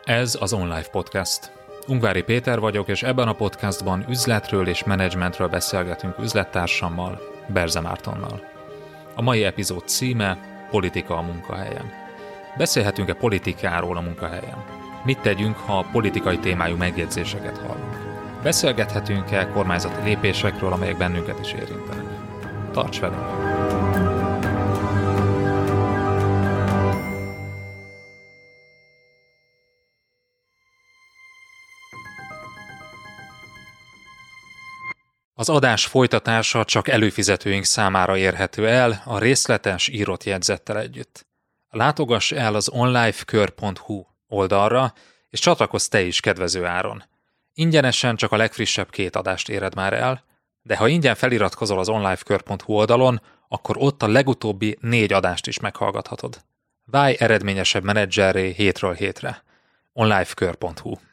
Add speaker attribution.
Speaker 1: Ez az OnLive Podcast. Ungvári Péter vagyok, és ebben a podcastban üzletről és menedzsmentről beszélgetünk üzlettársammal, Berze Mártonnal. A mai epizód címe Politika a munkahelyen. Beszélhetünk-e politikáról a munkahelyen? Mit tegyünk, ha politikai témájú megjegyzéseket hallunk? Beszélgethetünk-e kormányzati lépésekről, amelyek bennünket is érintenek? Tarts velünk! Az adás folytatása csak előfizetőink számára érhető el a részletes írott jegyzettel együtt. Látogass el az onlifekör.hu oldalra, és csatlakozz te is kedvező áron. Ingyenesen csak a legfrissebb 2 adást éred már el, de ha ingyen feliratkozol az onlifekör.hu oldalon, akkor ott a legutóbbi 4 adást is meghallgathatod. Válj eredményesebb menedzserré hétről hétre. onlifekör.hu